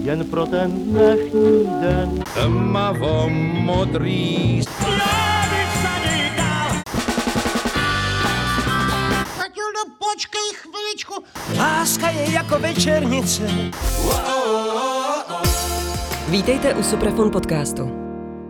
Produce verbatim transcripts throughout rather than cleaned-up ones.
jen pro ten dnešní den. Tmavo modrý. Matildo, počkej chviličku. Láska je jako večernice. Vítejte u Suprafon podcastu.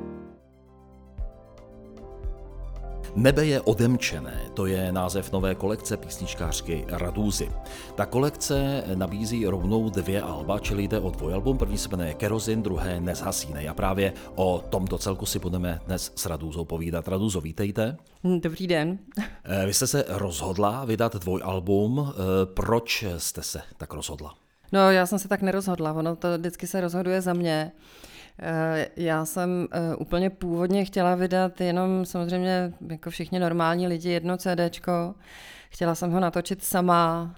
Nebe je odemčené, to je název nové kolekce písničkářky Radúzy. Ta kolekce nabízí rovnou dvě alba, čili jde o dvojalbum, první se jmenuje Kerozin, druhé Nezhasínej. A právě o tomto celku si budeme dnes s Radúzou povídat. Radúzo, vítejte. Dobrý den. Vy jste se rozhodla vydat dvojalbum, proč jste se tak rozhodla? No, já jsem se tak nerozhodla, ono to vždycky se rozhoduje za mě. Já jsem úplně původně chtěla vydat jenom samozřejmě jako všichni normální lidi jedno CDčko. Chtěla jsem ho natočit sama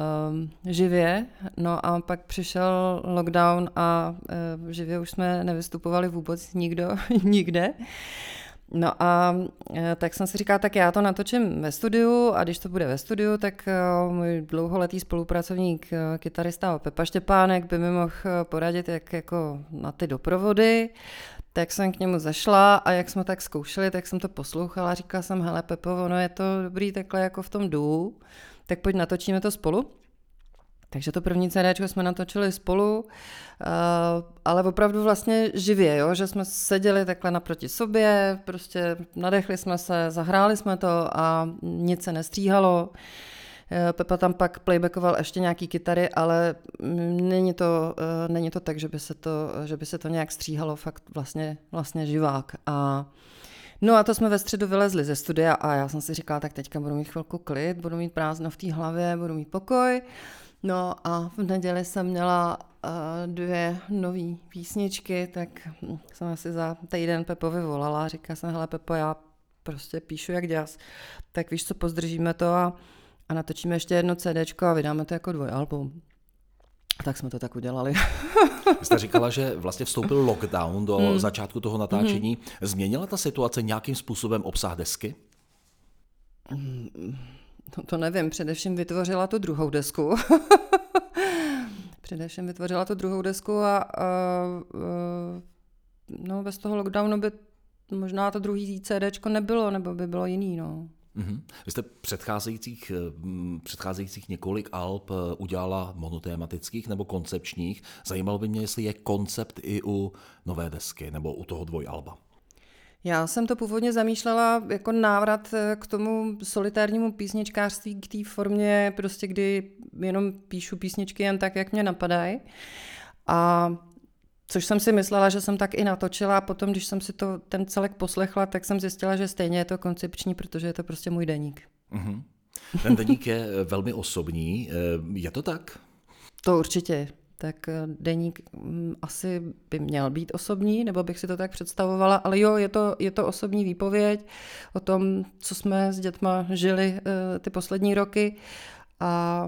živě, no a pak přišel lockdown a živě už jsme nevystupovali vůbec nikdo, nikde. No a tak jsem si říkala, tak já to natočím ve studiu a když to bude ve studiu, tak můj dlouholetý spolupracovník, kytarista Pepa Štěpánek by mi mohl poradit, jak jako na ty doprovody. Tak jsem k němu zašla a jak jsme tak zkoušeli, tak jsem to poslouchala a říkala jsem, hele Pepo, ono je to dobrý takhle jako v tom duu, tak pojď natočíme to spolu. Takže to první CDčko jsme natočili spolu, ale opravdu vlastně živě, jo? Že jsme seděli takhle naproti sobě, prostě nadechli jsme se, zahráli jsme to a nic se nestříhalo. Pepa tam pak playbackoval ještě nějaký kytary, ale není to, není to tak, že by se to, že by se to nějak stříhalo, fakt vlastně, vlastně živák. A no a to jsme ve středu vylezli ze studia a já jsem si říkala, tak teďka budu mít chvilku klid, budu mít prázdno v té hlavě, budu mít pokoj. No a v neděli jsem měla uh, dvě nové písničky, tak jsem asi za týden Pepovi volala a říkala jsem, hele Pepo, já prostě píšu jak děs, tak víš co, pozdržíme to a, a natočíme ještě jedno CDčko a vydáme to jako dvojalbum. A tak jsme to tak udělali. Vy jste říkala, že vlastně vstoupil lockdown do hmm. začátku toho natáčení. Hmm. Změnila ta situace nějakým způsobem obsah desky? Hmm. No to nevím, především vytvořila tu druhou desku. především vytvořila tu druhou desku a, a, a no bez toho lockdownu by možná to druhý CDčko nebylo, nebo by bylo jiný, no. Mm-hmm. Vy jste předcházejících, předcházejících několik alb udělala monotématických nebo koncepčních. Zajímalo by mě, jestli je koncept i u nové desky nebo u toho dvojalba. Já jsem to původně zamýšlela jako návrat k tomu solitárnímu písničkářství, k té formě, prostě kdy jenom píšu písničky jen tak, jak mě napadají. A což jsem si myslela, že jsem tak i natočila a potom, když jsem si to ten celek poslechla, tak jsem zjistila, že stejně je to koncepční, protože je to prostě můj deník. Mm-hmm. Ten deník je velmi osobní, je to tak? To určitě. Tak deník asi by měl být osobní, nebo bych si to tak představovala, ale jo, je to, je to osobní výpověď o tom, co jsme s dětma žili ty poslední roky a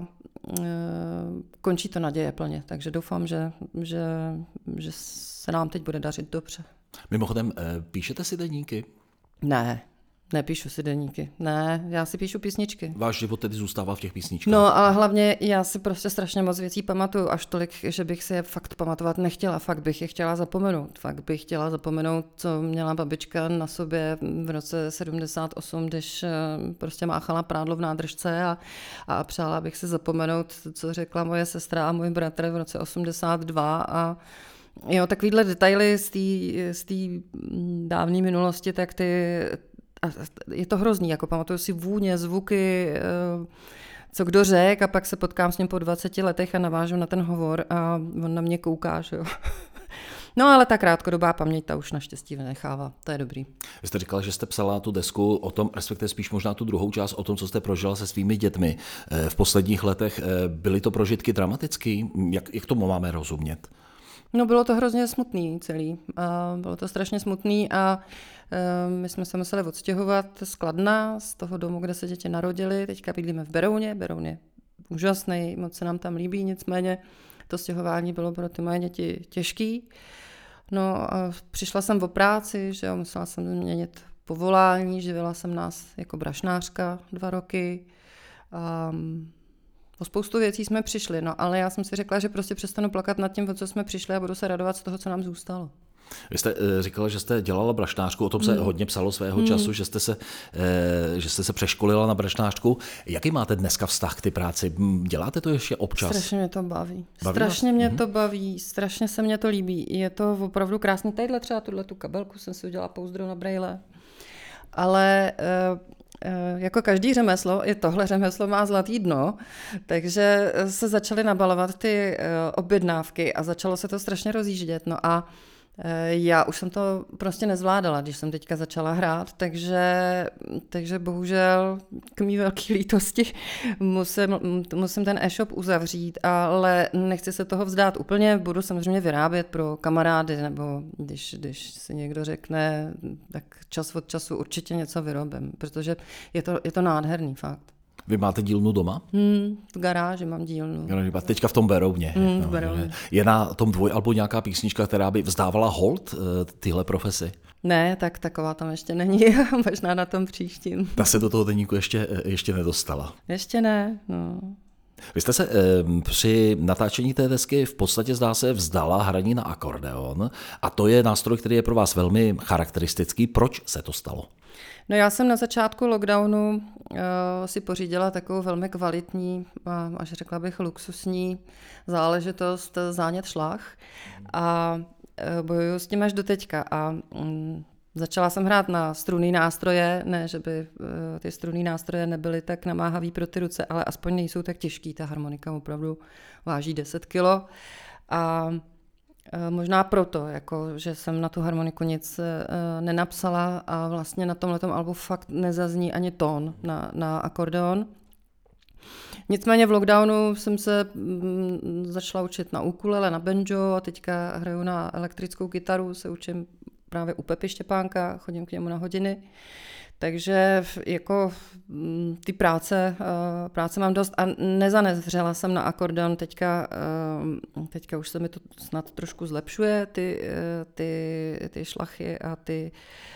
končí to naděje plně, takže doufám, že, že, že se nám teď bude dařit dobře. Mimochodem, píšete si deníky? Ne. Nepíšu si deníky, ne, já si píšu písničky. Váš život tedy zůstává v těch písničkách? No, ale hlavně já si prostě strašně moc věcí pamatuju, až tolik, že bych si je fakt pamatovat nechtěla, fakt bych je chtěla zapomenout. Fakt bych chtěla zapomenout, co měla babička na sobě v roce sedmdesát osm, když prostě máchala prádlo v nádržce a, a přála bych si zapomenout, co řekla moje sestra a můj bratr v roce osmdesát dva a jo, takovýhle detaily z té z té dávné minulosti, tak ty a je to hrozný, jako pamatuju si vůně, zvuky, co kdo řek a pak se potkám s ním po dvaceti letech a navážu na ten hovor a on na mě kouká, že jo. No ale ta krátkodobá paměť ta už naštěstí vynechává, to je dobrý. Vy jste říkala, že jste psala tu desku o tom, respektive spíš možná tu druhou část o tom, co jste prožila se svými dětmi v posledních letech. Byly to prožitky dramatický? Jak, jak tomu máme rozumět? No bylo to hrozně smutný celý. A bylo to strašně smutný a my jsme se museli odstěhovat z Kladna, z toho domu, kde se děti narodily. Teďka bydlíme v Berouně. Beroun je úžasný, moc se nám tam líbí, nicméně to stěhování bylo pro ty moje děti těžký. No a přišla jsem o práci, že jo, musela jsem změnit povolání, živila jsem nás jako brašnářka dva roky. A O spoustu věcí jsme přišli, no, ale já jsem si řekla, že prostě přestanu plakat nad tím, o co jsme přišli a budu se radovat z toho, co nám zůstalo. Vy jste říkala, že jste dělala brašnářku, o tom se hmm. hodně psalo svého času, hmm. že, jste se, že jste se přeškolila na brašnářku. Jaký máte dneska vztah k ty práci? Děláte to ještě občas? Strašně mě to baví. baví strašně vás? mě hmm. to baví, strašně se mě to líbí. Je to opravdu krásný. Tadyhle třeba tuhle tu kabelku jsem si udělala pouzdro na brejle. Ale jako každý řemeslo, i tohle řemeslo má zlatý dno, takže se začaly nabalovat ty objednávky a začalo se to strašně rozjíždět. No a já už jsem to prostě nezvládala, když jsem teďka začala hrát, takže, takže bohužel k mý velké lítosti musím, musím ten e-shop uzavřít, ale nechci se toho vzdát úplně, budu samozřejmě vyrábět pro kamarády, nebo když, když si někdo řekne, tak čas od času určitě něco vyrobím, protože je to, je to nádherný fakt. Vy máte dílnu doma? Hmm, v garáži mám dílnu. Teďka v tom Berouně. Hmm, v no, Berouně. Je na tom dvojalbu nějaká písnička, která by vzdávala hold tyhle profesi? Ne, tak taková tam ještě není, možná na tom příštím. Ta se do toho deníku ještě, ještě nedostala. Ještě ne, no. Vy jste se e, při natáčení té desky v podstatě zdá se vzdala hraní na akordeon a to je nástroj, který je pro vás velmi charakteristický. Proč se to stalo? No já jsem na začátku lockdownu uh, si pořídila takovou velmi kvalitní, až řekla bych luxusní záležitost zánět šlach a uh, bojuju s tím až do teďka a um, začala jsem hrát na strunný nástroje, ne, že by uh, ty strunný nástroje nebyly tak namáhavý pro ty ruce, ale aspoň nejsou tak těžký, ta harmonika opravdu váží deset kilo a možná proto, jako, že jsem na tu harmoniku nic uh, nenapsala a vlastně na tomhletom albu fakt nezazní ani tón na, na akordeon. Nicméně v lockdownu jsem se mm, začala učit na ukulele, na banjo a teďka hraju na elektrickou kytaru, se učím právě u Pepy Štěpánka, chodím k němu na hodiny. Takže jako ty práce, práce mám dost a nezanezřela jsem na akordeon, teďka, teďka už se mi to snad trošku zlepšuje, ty, ty, ty šlachy a ty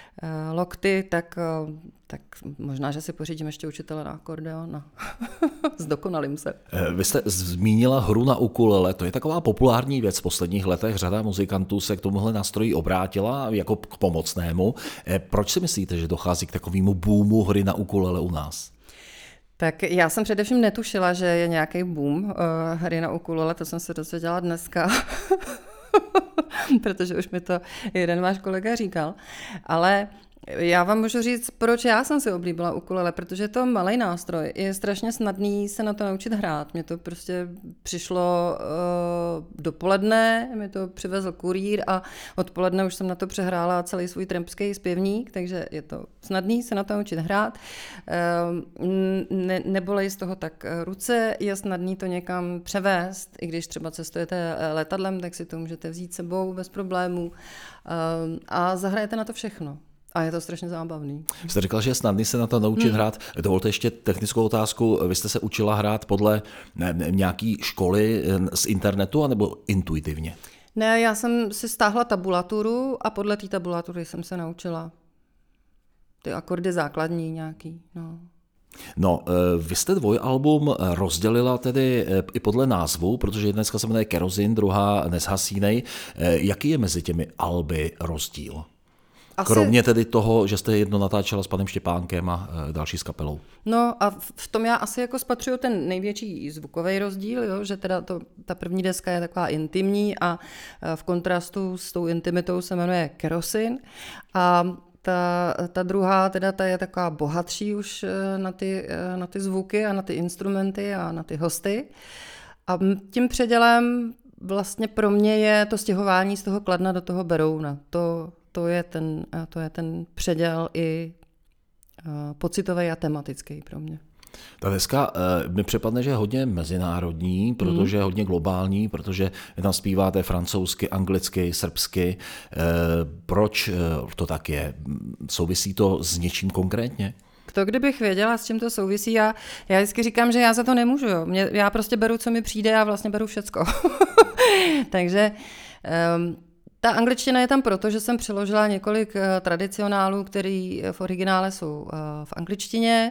lokty, tak, tak možná, že si pořídím ještě učitele na akordeon a zdokonalím se. Vy jste zmínila hru na ukulele, to je taková populární věc v posledních letech, řada muzikantů se k tomuhle nástroji obrátila jako k pomocnému. Proč si myslíte, že dochází k takovému boomu hry na ukulele u nás? Tak já jsem především netušila, že je nějaký boom uh, hry na ukulele, to jsem se dozvěděla dneska. Protože už mi to jeden váš kolega říkal. Ale já vám můžu říct, proč já jsem si oblíbila ukulele, protože je to malej nástroj. Je strašně snadný se na to naučit hrát. Mně to prostě přišlo uh, dopoledne, mi to přivezl kurýr a odpoledne už jsem na to přehrála celý svůj trampský zpěvník, takže je to snadný se na to naučit hrát. Uh, ne, nebolej z toho tak ruce, je snadný to někam převést, i když třeba cestujete letadlem, tak si to můžete vzít sebou bez problémů uh, a zahrajete na to všechno. A je to strašně zábavný. Jste říkal, že je snadný se na to naučit hmm. hrát. Dovolte ještě technickou otázku. Vy jste se učila hrát podle ne, nějaký školy z internetu anebo intuitivně? Ne, já jsem si stáhla tabulaturu a podle té tabulatury jsem se naučila. Ty akordy základní nějaký, no. No, vy jste dvojalbum rozdělila tedy i podle názvu, protože dneska se jmenuje Kerozin, druhá Nezhasínej. Jaký je mezi těmi alby rozdíl? Asi... Kromě tedy toho, že jste jedno natáčela s panem Štěpánkem a další s kapelou. No a v tom já asi jako spatřuju ten největší zvukový rozdíl, jo, že teda to, ta první deska je taková intimní a v kontrastu s tou intimitou se jmenuje Kerozin a ta, ta druhá teda ta je taková bohatší už na ty, na ty zvuky a na ty instrumenty a na ty hosty. A tím předělem vlastně pro mě je to stěhování z toho Kladna do toho Berouna. To To je ten, to je ten předěl i uh, pocitový a tematický pro mě. Ta deska uh, mi přepadne, že je hodně mezinárodní, protože je hodně globální, protože tam zpíváte francouzsky, anglicky, srbsky. Uh, proč uh, to tak je? Souvisí to s něčím konkrétně? To, kdybych věděla, s čím to souvisí, já, já vždycky říkám, že já za to nemůžu. Jo. Mě, já prostě beru, co mi přijde a vlastně beru všecko. Takže... Um, Ta angličtina je tam proto, že jsem přeložila několik tradicionálů, které v originále jsou v angličtině.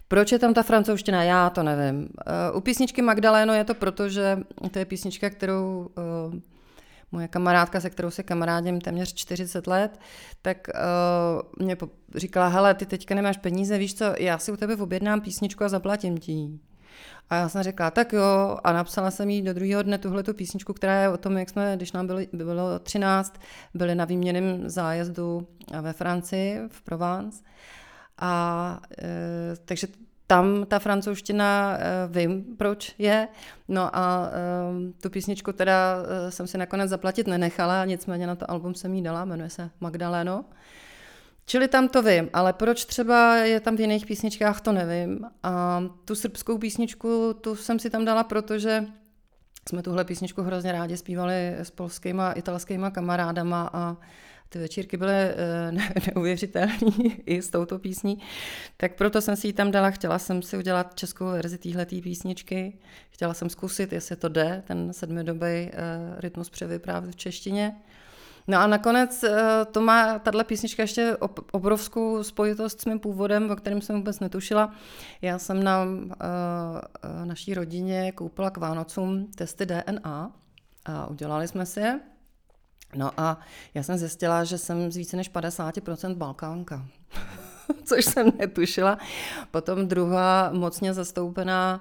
Proč je tam ta francouzština? Já to nevím. U písničky Magdaleno je to proto, že to je písnička, kterou uh, moje kamarádka, se kterou se kamarádím téměř čtyřicet let, tak uh, mě říkala, hele, ty teďka nemáš peníze, víš co, já si u tebe objednám písničku a zaplatím ti. A já jsem řekla, tak jo, a napsala jsem jí do druhého dne tuhletu písničku, která je o tom, jak jsme, když nám bylo, bylo třináct, byli na výměnném zájezdu ve Francii, v Provence. A e, takže tam ta francouzština, e, vím, proč je. No a e, tu písničku teda e, jsem si nakonec zaplatit nenechala, nicméně na to album jsem jí dala, jmenuje se Magdaleno. Čili tam to vím, ale proč třeba je tam v jiných písničkách, to nevím. A tu srbskou písničku, tu jsem si tam dala, protože jsme tuhle písničku hrozně rádi zpívali s polskýma, italskýma kamarádama a ty večírky byly ne- neuvěřitelné i s touto písní. Tak proto jsem si ji tam dala, chtěla jsem si udělat českou verzi téhletý písničky. Chtěla jsem zkusit, jestli to jde, ten sedmidobý uh, rytmus převyprávět v češtině. No a nakonec to má tahle písnička ještě obrovskou spojitost s mým původem, o kterém jsem vůbec netušila. Já jsem na uh, naší rodině koupila k Vánocům testy D N A a udělali jsme si je. No a já jsem zjistila, že jsem z více než padesát procent Balkánka, což jsem netušila. Potom druhá mocně zastoupená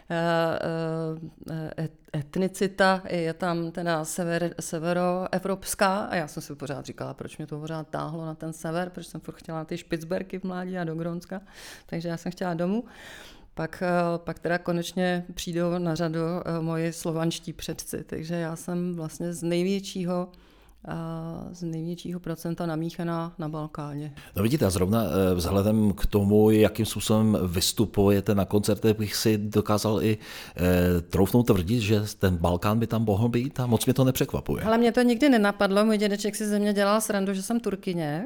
etnicita je tam teda sever, severoevropská a já jsem si pořád říkala, proč mě to pořád táhlo na ten sever, protože jsem furt chtěla na ty Špicberky v mládí a do Grónska, takže já jsem chtěla domů. Pak, pak teda konečně přijdou na řadu moji slovanští předci, takže já jsem vlastně z největšího z největšího procenta namíchaná na Balkáně. No vidíte, zrovna vzhledem k tomu, jakým způsobem vystupujete na koncertech, bych si dokázal i e, troufnout tvrdit, že ten Balkán by tam mohl být a moc mě to nepřekvapuje. Ale mě to nikdy nenapadlo, můj dědeček si ze mě dělal srandu, že jsem Turkyně.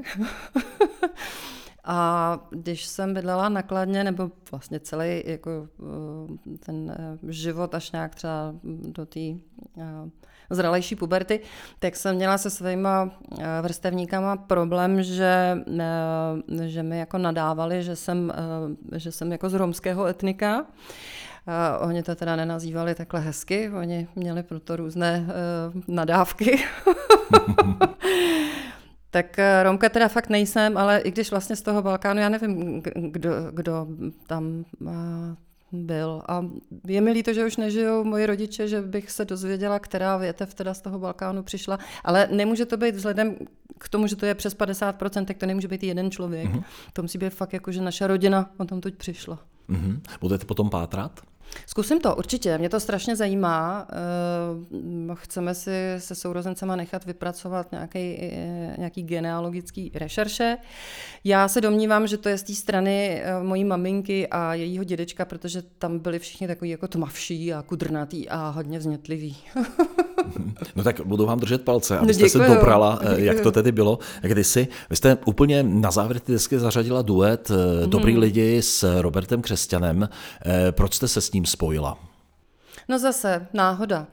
A když jsem bydlela na Kladně, nebo vlastně celý jako, ten život až nějak třeba do té zralejší puberty, tak jsem měla se svýma vrstevníkama problém, že, že mi jako nadávali, že jsem, že jsem jako z romského etnika. Uh, oni to teda nenazývali takhle hezky, oni měli proto různé uh, nadávky. Tak Romka teda fakt nejsem, ale i když vlastně z toho Balkánu, já nevím, kdo, kdo tam uh, byl. A je mi líto, že už nežijou moji rodiče, že bych se dozvěděla, která větev teda z toho Balkánu přišla. Ale nemůže to být vzhledem k tomu, že to je přes padesát procent, tak to nemůže být jeden člověk. Mm-hmm. To musí být fakt jako, že naše rodina o tom tuď přišla. Mm-hmm. Budete potom pátrat? Zkusím to, určitě. Mě to strašně zajímá. Chceme si se sourozencema nechat vypracovat nějaký, nějaký genealogický rešerše. Já se domnívám, že to je z té strany mojí maminky a jejího dědečka, protože tam byli všichni takový jako tmavší a kudrnatý a hodně vznětliví. No tak budu vám držet palce, abyste no, se dobrala, děkuju. Jak to tedy bylo kdysi. Vy jste úplně na závěr ty desky zařadila duet mm. Dobrý lidi s Robertem Křesťanem. Proč jste se s ním spojila? No zase náhoda.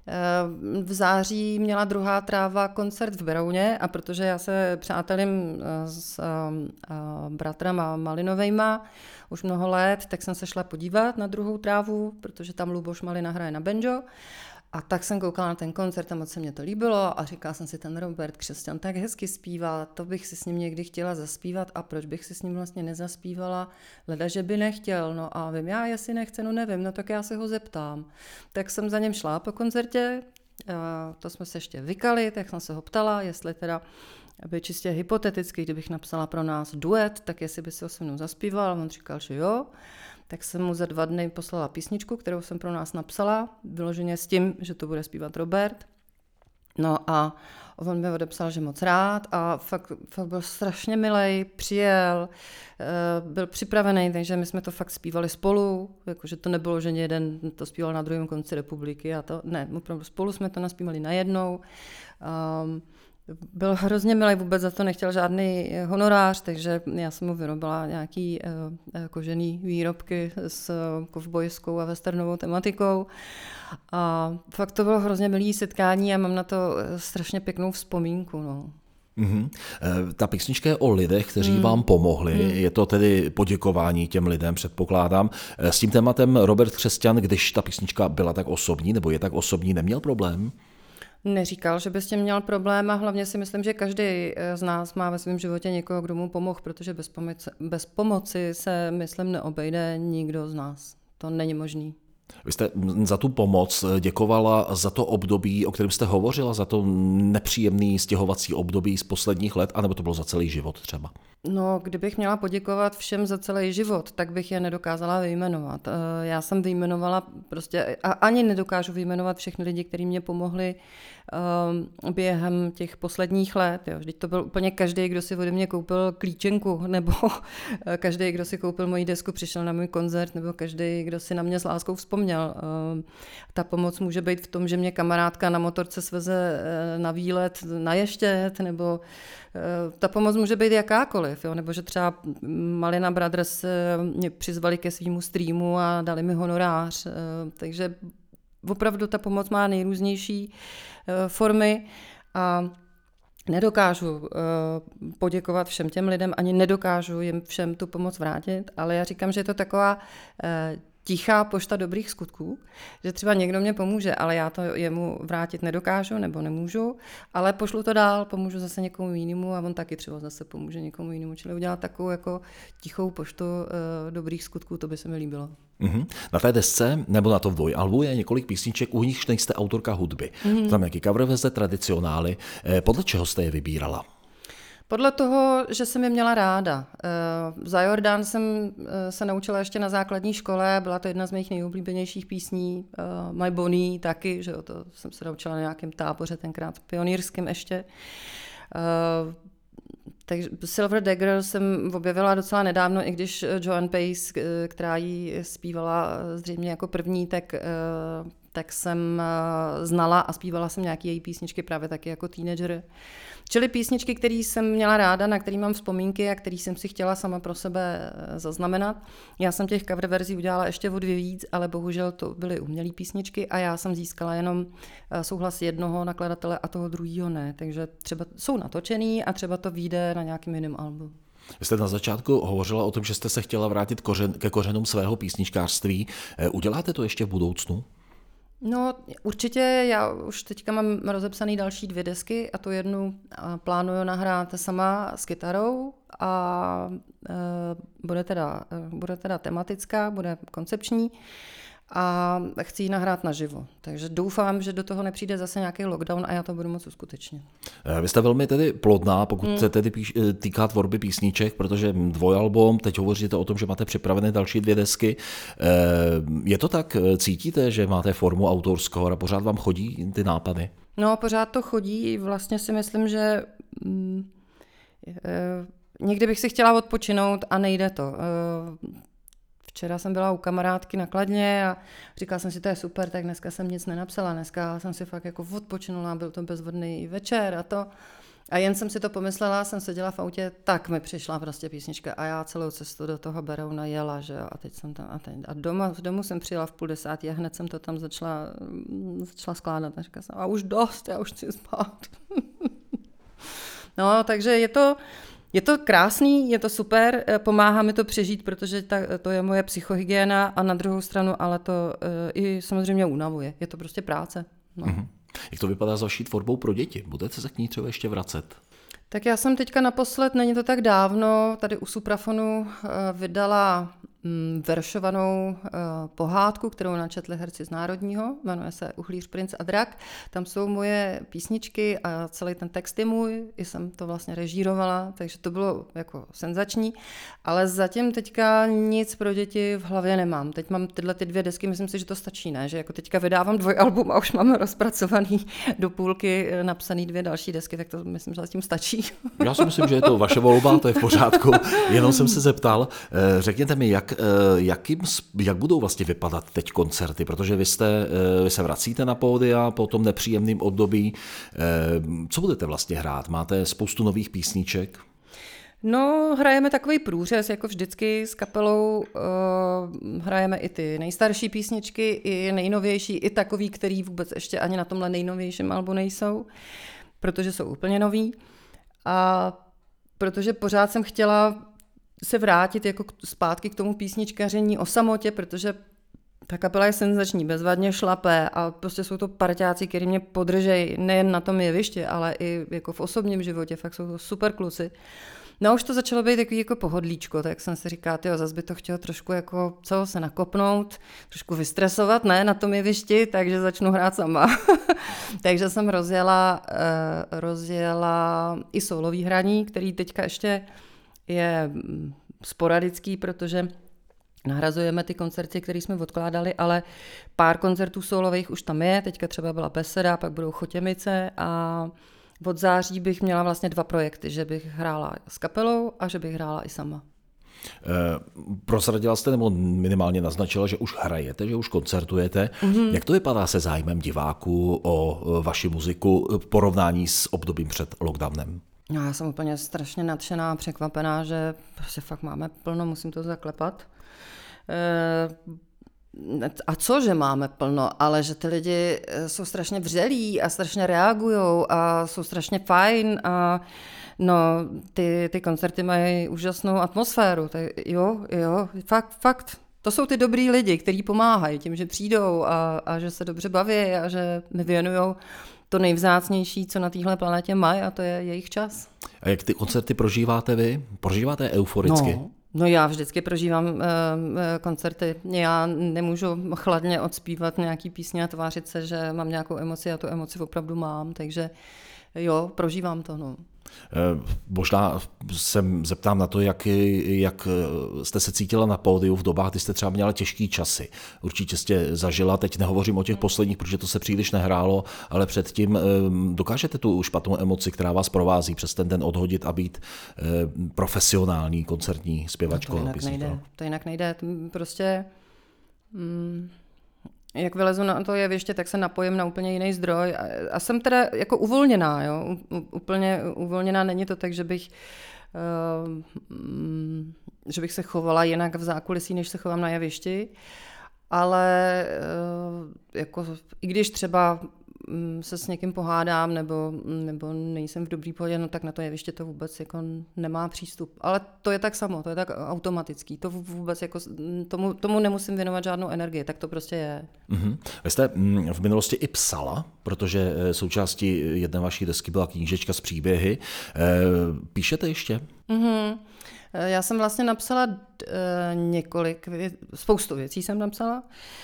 V září měla Druhá tráva koncert v Berouně a protože já se přátelím s bratrama Malinovejma už mnoho let, tak jsem se šla podívat na Druhou trávu, protože tam Luboš Malina hraje na banjo. A tak jsem koukala na ten koncert a moc se mě to líbilo a říkala jsem si, ten Robert Křesťan tak hezky zpívá, to bych si s ním někdy chtěla zaspívat a proč bych si s ním vlastně nezaspívala, leda, že by nechtěl, no a vím já, jestli nechce, no nevím, no tak já se ho zeptám. Tak jsem za něm šla po koncertě, to jsme se ještě vykali, tak jsem se ho ptala, jestli teda by čistě hypoteticky, kdybych napsala pro nás duet, tak jestli by si ho se mnou zaspíval, on říkal, že jo. Tak jsem mu za dva dny poslala písničku, kterou jsem pro nás napsala, vyloženě s tím, že to bude zpívat Robert. No a on mi odepsal, že moc rád a fakt, fakt byl strašně milej, přijel, byl připravený, takže my jsme to fakt zpívali spolu, jakože to nebylo, že jeden to zpíval na druhém konci republiky a to, ne, opravdu spolu jsme to naspívali najednou. Um, Byl hrozně milý, vůbec za to nechtěl žádný honorář, takže já jsem mu vyrobila nějaký uh, kožený výrobky s kovbojskou a westernovou tematikou. A fakt to bylo hrozně milý setkání a mám na to strašně pěknou vzpomínku. No. Mm-hmm. Ta písnička je o lidech, kteří mm. vám pomohli. Mm. Je to tedy poděkování těm lidem, předpokládám. S tím tématem Robert Křesťan, když ta písnička byla tak osobní, nebo je tak osobní, neměl problém? Neříkal, že by s tím měl problém a hlavně si myslím, že každý z nás má ve svém životě někoho, kdo mu pomohl, protože bez pomoci, bez pomoci se, myslím, neobejde nikdo z nás. To není možný. Vy jste za tu pomoc děkovala za to období, o kterém jste hovořila, za to nepříjemné stěhovací období z posledních let, anebo to bylo za celý život třeba? No, kdybych měla poděkovat všem za celý život, tak bych je nedokázala vyjmenovat. Já jsem vyjmenovala prostě, a ani nedokážu vyjmenovat všechny lidi, kteří mě pomohli během těch posledních let. Jo. Vždyť to byl úplně každý, kdo si ode mě koupil klíčenku, nebo každý, kdo si koupil moji desku, přišel na můj koncert, nebo každý, kdo si na mě s láskou vzpomněl. Ta pomoc může být v tom, že mě kamarádka na motorce sveze na výlet na Ještěd, nebo ta pomoc může být jakákoliv, jo? Nebo že třeba Malina Brothers mě přizvali ke svýmu streamu a dali mi honorář, takže opravdu ta pomoc má nejrůznější formy a nedokážu poděkovat všem těm lidem, ani nedokážu jim všem tu pomoc vrátit, ale já říkám, že je to taková tichá pošta dobrých skutků, že třeba někdo mě pomůže, ale já to jemu vrátit nedokážu nebo nemůžu, ale pošlu to dál, pomůžu zase někomu jinému a on taky třeba zase pomůže někomu jinému. Čili udělat takovou jako tichou poštu uh, dobrých skutků, to by se mi líbilo. Mm-hmm. Na té desce, nebo na to v dvojalbu je několik písniček, u nichž nejste autorka hudby. Mm-hmm. Tam jaký cover verze, tradicionály. Podle čeho jste je vybírala? Podle toho, že jsem je měla ráda. Za Jordán jsem se naučila ještě na základní škole, byla to jedna z mých nejoblíbenějších písní, My Bonnie taky, že jo, to jsem se naučila na nějakém táboře, tenkrát pionýrském ještě. Takže Silver Dagger jsem objevila docela nedávno, i když Joan Pace, která ji zpívala zřejmě jako první, tak, tak jsem znala a zpívala jsem nějaké její písničky právě taky jako teenager. Čili písničky, které jsem měla ráda, na které mám vzpomínky a které jsem si chtěla sama pro sebe zaznamenat. Já jsem těch cover verzí udělala ještě o dvě víc, ale bohužel to byly umělé písničky a já jsem získala jenom souhlas jednoho nakladatele a toho druhého ne. Takže třeba jsou natočený a třeba to vyjde na nějakým jiném albu. Vy jste na začátku hovořila o tom, že jste se chtěla vrátit kořen, ke kořenům svého písničkářství. Uděláte to ještě v budoucnu? No určitě, já už teďka mám rozepsaný další dvě desky a tu jednu plánuju nahrát sama s kytarou a e, bude, teda, bude teda tematická, bude koncepční a chci ji nahrát naživo. Takže doufám, že do toho nepřijde zase nějaký lockdown a já to budu moc uskutečnit. Vy jste velmi tedy plodná, pokud hmm. se tedy píš, týká tvorby písniček, protože dvojalbum, teď hovoříte o tom, že máte připravené další dvě desky. Je to tak? Cítíte, že máte formu autorskou a pořád vám chodí ty nápady? No, pořád to chodí. Vlastně si myslím, že mm, e, někdy bych si chtěla odpočinout a nejde to. E, Včera jsem byla u kamarádky na Kladně a říkala jsem si, to je super, tak dneska jsem nic nenapsala, dneska jsem si fakt jako odpočinula, byl to bezvodný večer a to. A jen jsem si to pomyslela, jsem seděla v autě, tak mi přišla prostě písnička a já celou cestu do toho Berouna jela, že jo, a teď jsem tam, a, teď, a doma, z domu jsem přijela v půl desátý a hned jsem to tam začala, začala skládat a říkala jsem, a už dost, já už chci spát. No, takže je to, Je to krásný, je to super, pomáhá mi to přežít, protože ta, to je moje psychohygiena a na druhou stranu, ale to e, i samozřejmě unavuje. Je to prostě práce. No. Mm-hmm. Jak to vypadá s vaší tvorbou pro děti? Budete se k ní třeba ještě vracet? Tak já jsem teďka naposled, není to tak dávno, tady u Suprafonu e, vydala mm, veršovanou e, pohádku, kterou načetli herci z Národního, jmenuje se Uhlíř, princ a drak. Tam jsou moje písničky a celý ten text je můj, i jsem to vlastně režírovala, takže to bylo jako senzační, ale zatím teďka nic pro děti v hlavě nemám. Teď mám tyhle ty dvě desky, myslím si, že to stačí, ne? Že jako teďka vydávám dvojalbum a už mám rozpracovaný do půlky napsaný dvě další desky, tak to myslím, že zatím stačí. Já si myslím, že je to vaše volba, to je v pořádku. Jenom jsem se zeptal, řekněte mi, jak, jakým, jak budou vlastně vypadat teď koncerty, protože vy, jste, vy se vracíte na pódia po tom nepříjemném období. Co budete vlastně hrát? Máte spoustu nových písniček? No, hrajeme takový průřez, jako vždycky s kapelou. Uh, hrajeme i ty nejstarší písničky, i nejnovější, i takový, který vůbec ještě ani na tomhle nejnovějším albu nejsou, protože jsou úplně noví. A protože pořád jsem chtěla se vrátit jako zpátky k tomu písničkaření o samotě, protože ta kapela je senzační, bezvadně šlapé a prostě jsou to parťáci, kteří mě podržejí nejen na tom jevišti, ale i jako v osobním životě, fakt jsou to super kluci. No už to začalo být takový jako pohodlíčko, tak jsem si říkala, tyjo, zase by to chtělo trošku jako, co, se nakopnout, trošku vystresovat, ne, na tom jevišti, takže začnu hrát sama. Takže jsem rozjela, uh, rozjela i solový hraní, který teďka ještě je sporadický, protože nahrazujeme ty koncerty, které jsme odkládali, ale pár koncertů solových už tam je, teďka třeba byla Beseda, pak budou Chotěmice a od září bych měla vlastně dva projekty, že bych hrála s kapelou a že bych hrála i sama. Eh, prozradila jste nebo minimálně naznačila, že už hrajete, že už koncertujete. Mm-hmm. Jak to vypadá se zájmem diváků o vaši muziku v porovnání s obdobím před lockdownem? No, já jsem úplně strašně nadšená a překvapená, že prostě fakt máme plno, musím to zaklepat. A co, že máme plno, ale že ty lidi jsou strašně vřelí a strašně reagujou a jsou strašně fajn a no, ty, ty koncerty mají úžasnou atmosféru. Tak jo, jo, fakt, fakt. To jsou ty dobrý lidi, kteří pomáhají tím, že přijdou a, a že se dobře baví a že mi věnujou to nejvzácnější, co na téhle planetě mají, a to je jejich čas. A jak ty koncerty prožíváte vy? Prožíváte euforicky? No. No já vždycky prožívám uh, koncerty. Já nemůžu chladně odspívat nějaký písně a tvářit se, že mám nějakou emoci a tu emoci opravdu mám, takže jo, prožívám to. No. Možná se zeptám na to, jak, jak jste se cítila na pódiu v dobách, kdy jste třeba měla těžký časy. Určitě jste zažila, teď nehovořím o těch posledních, protože to se příliš nehrálo, ale předtím dokážete tu špatnou emoci, která vás provází, přes ten den odhodit a být profesionální koncertní zpěvačkou? No to jinak nejde. To jinak nejde. Prostě... Mm, jak vylezu na to jeviště, tak se napojím na úplně jiný zdroj a, a jsem teda jako uvolněná, jo? U, úplně uvolněná, není to tak, že bych, uh, um, že bych se chovala jinak v zákulisí, než se chovám na jevišti, ale uh, jako, i když třeba um, se s někým pohádám nebo, nebo nejsem v dobrý pohodě, no tak na to jeviště to vůbec jako nemá přístup. Ale to je tak samo, to je tak automatický, to vůbec jako, tomu, tomu nemusím věnovat žádnou energii, tak to prostě je. Mm-hmm. Vy jste v minulosti i psala, protože součástí jedné vaší desky byla knížečka s příběhy. Píšete ještě? Mm-hmm. Já jsem vlastně napsala několik, spoustu věcí jsem napsala.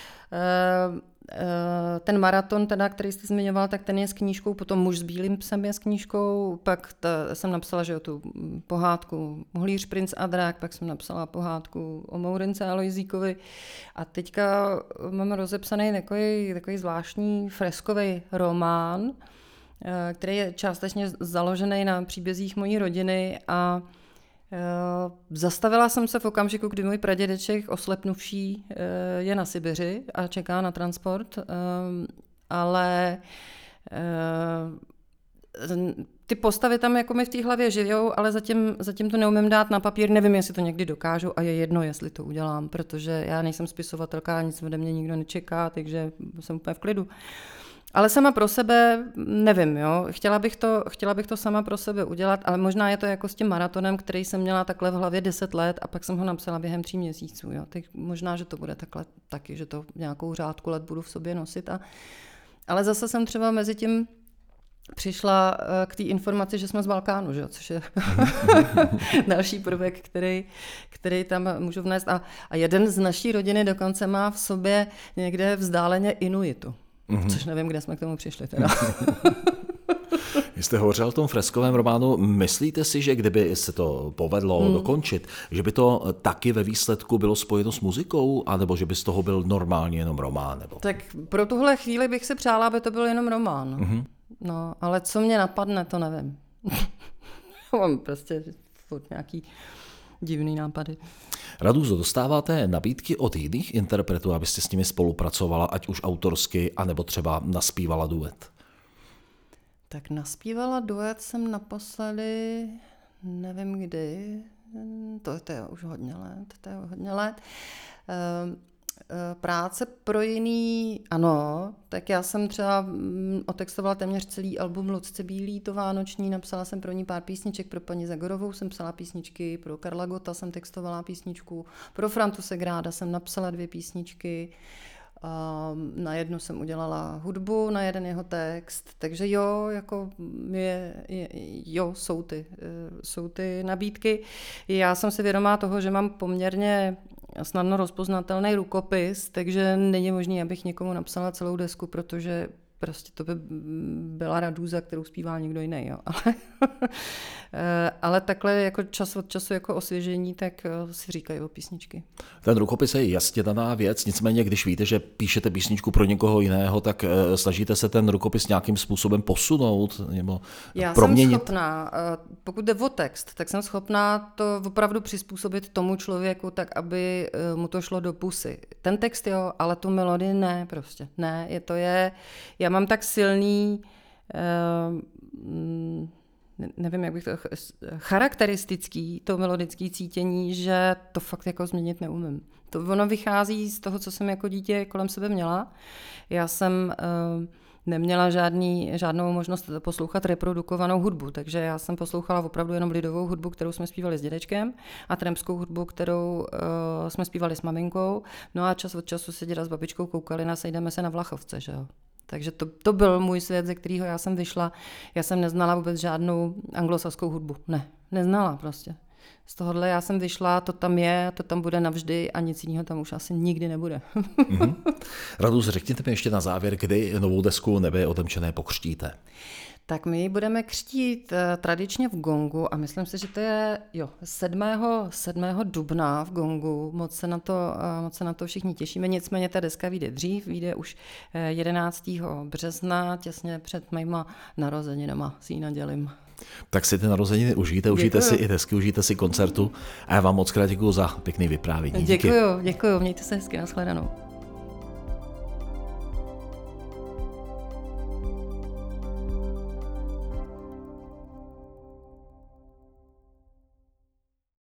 Ten maraton, teda, který jste zmiňoval, tak ten je s knížkou, potom Muž s bílým psem je s knížkou, pak ta, jsem napsala, že o tu pohádku Muhlíř, princ a drak, pak jsem napsala pohádku o Mourince Aloizíkovi a teďka mám rozepsaný takový, takový zvláštní freskový román, který je částečně založený na příbězích mojí rodiny a zastavila jsem se v okamžiku, kdy můj pradědeček oslepnuvší je na Sibiři a čeká na transport, ale ty postavy tam jako mi v té hlavě žijou, ale zatím, zatím to neumím dát na papír, nevím, jestli to někdy dokážu a je jedno, jestli to udělám, protože já nejsem spisovatelka, nic ode mě nikdo nečeká, takže jsem úplně v klidu. Ale sama pro sebe nevím, jo. Chtěla bych to, chtěla bych to sama pro sebe udělat, ale možná je to jako s tím maratonem, který jsem měla takhle v hlavě deset let a pak jsem ho napsala během tří měsíců, jo. Tak možná, že to bude takhle taky, že to nějakou řádku let budu v sobě nosit. A... Ale zase jsem třeba mezi tím přišla k té informaci, že jsme z Balkánu, že? Což je další prvek, který, který tam můžu vnést. A, a jeden z naší rodiny dokonce má v sobě někde vzdáleně Inuitu. Mm-hmm. Což nevím, kde jsme k tomu přišli teda. Vy jste hovořil o tom freskovém románu. Myslíte si, že kdyby se to povedlo hmm. dokončit, že by to taky ve výsledku bylo spojeno s muzikou, anebo že by z toho byl normálně jenom román? Nebo... Tak pro tuhle chvíli bych si přála, aby to byl jenom román. Mm-hmm. No, ale co mě napadne, to nevím. Mám prostě furt nějaký divný nápady. Radúzo, dostáváte nabídky od jiných interpretů, abyste s nimi spolupracovala, ať už autorsky, anebo třeba naspívala duet? Tak naspívala duet jsem naposledy, nevím kdy, to, to je už hodně let, to je hodně let. Práce pro jiný, ano, tak já jsem třeba otextovala téměř celý album Lucce Bílý, to vánoční, napsala jsem pro ní pár písniček, pro paní Zagorovou jsem psala písničky, pro Karla Gotta jsem textovala písničku, pro Frantu Segráda jsem napsala dvě písničky, na jednu jsem udělala hudbu, na jeden jeho text, takže jo, jako je, je, jo, jsou ty, jsou ty nabídky. Já jsem si vědomá toho, že mám poměrně snadno rozpoznatelný rukopis, takže není možné, abych někomu napsala celou desku, protože prostě to by byla Radúza, kterou zpíval někdo jiný. Jo. Ale, ale takhle jako čas od času jako osvěžení, tak si říkají o písničky. Ten rukopis je jasně daná věc, nicméně když víte, že píšete písničku pro někoho jiného, tak snažíte se ten rukopis nějakým způsobem posunout nebo Já proměnit? jsem schopná, pokud jde o text, tak jsem schopná to opravdu přizpůsobit tomu člověku tak, aby mu to šlo do pusy. Ten text jo, ale tu melodii ne prostě. Ne, je to je, já mám tak silný, uh, nevím, jak bych to, charakteristický, to melodické cítění, že to fakt jako změnit neumím. To ono vychází z toho, co jsem jako dítě kolem sebe měla. Já jsem uh, neměla žádný, žádnou možnost poslouchat reprodukovanou hudbu, takže já jsem poslouchala opravdu jenom lidovou hudbu, kterou jsme zpívali s dědečkem, a trampskou hudbu, kterou uh, jsme zpívali s maminkou. No a čas od času se děda s babičkou koukali na Sejdeme se na Vlachovce, že jo. Takže to, to byl můj svět, ze kterého já jsem vyšla. Já jsem neznala vůbec žádnou anglosaskou hudbu. Ne, neznala prostě. Z tohohle já jsem vyšla, to tam je, to tam bude navždy a nic jiného tam už asi nikdy nebude. mm-hmm. Radúzo, řekněte mi ještě na závěr, kdy novou desku Nebe je odemčené pokřtíte. Tak my ji budeme křtít uh, tradičně v Gongu a myslím si, že to je jo, sedmého dubna v Gongu. Moc se, na to, uh, moc se na to všichni těšíme, nicméně ta deska vyjde dřív, vyjde už uh, jedenáctého března, těsně před mýma narozeninama si ji nadělím. Tak si ty narozeniny užijte, užijte si i desky, užijte si koncertu a já vám moc krát děkuju za pěkný vyprávění. Děkuju, děkuju, mějte se hezky, nashledanou.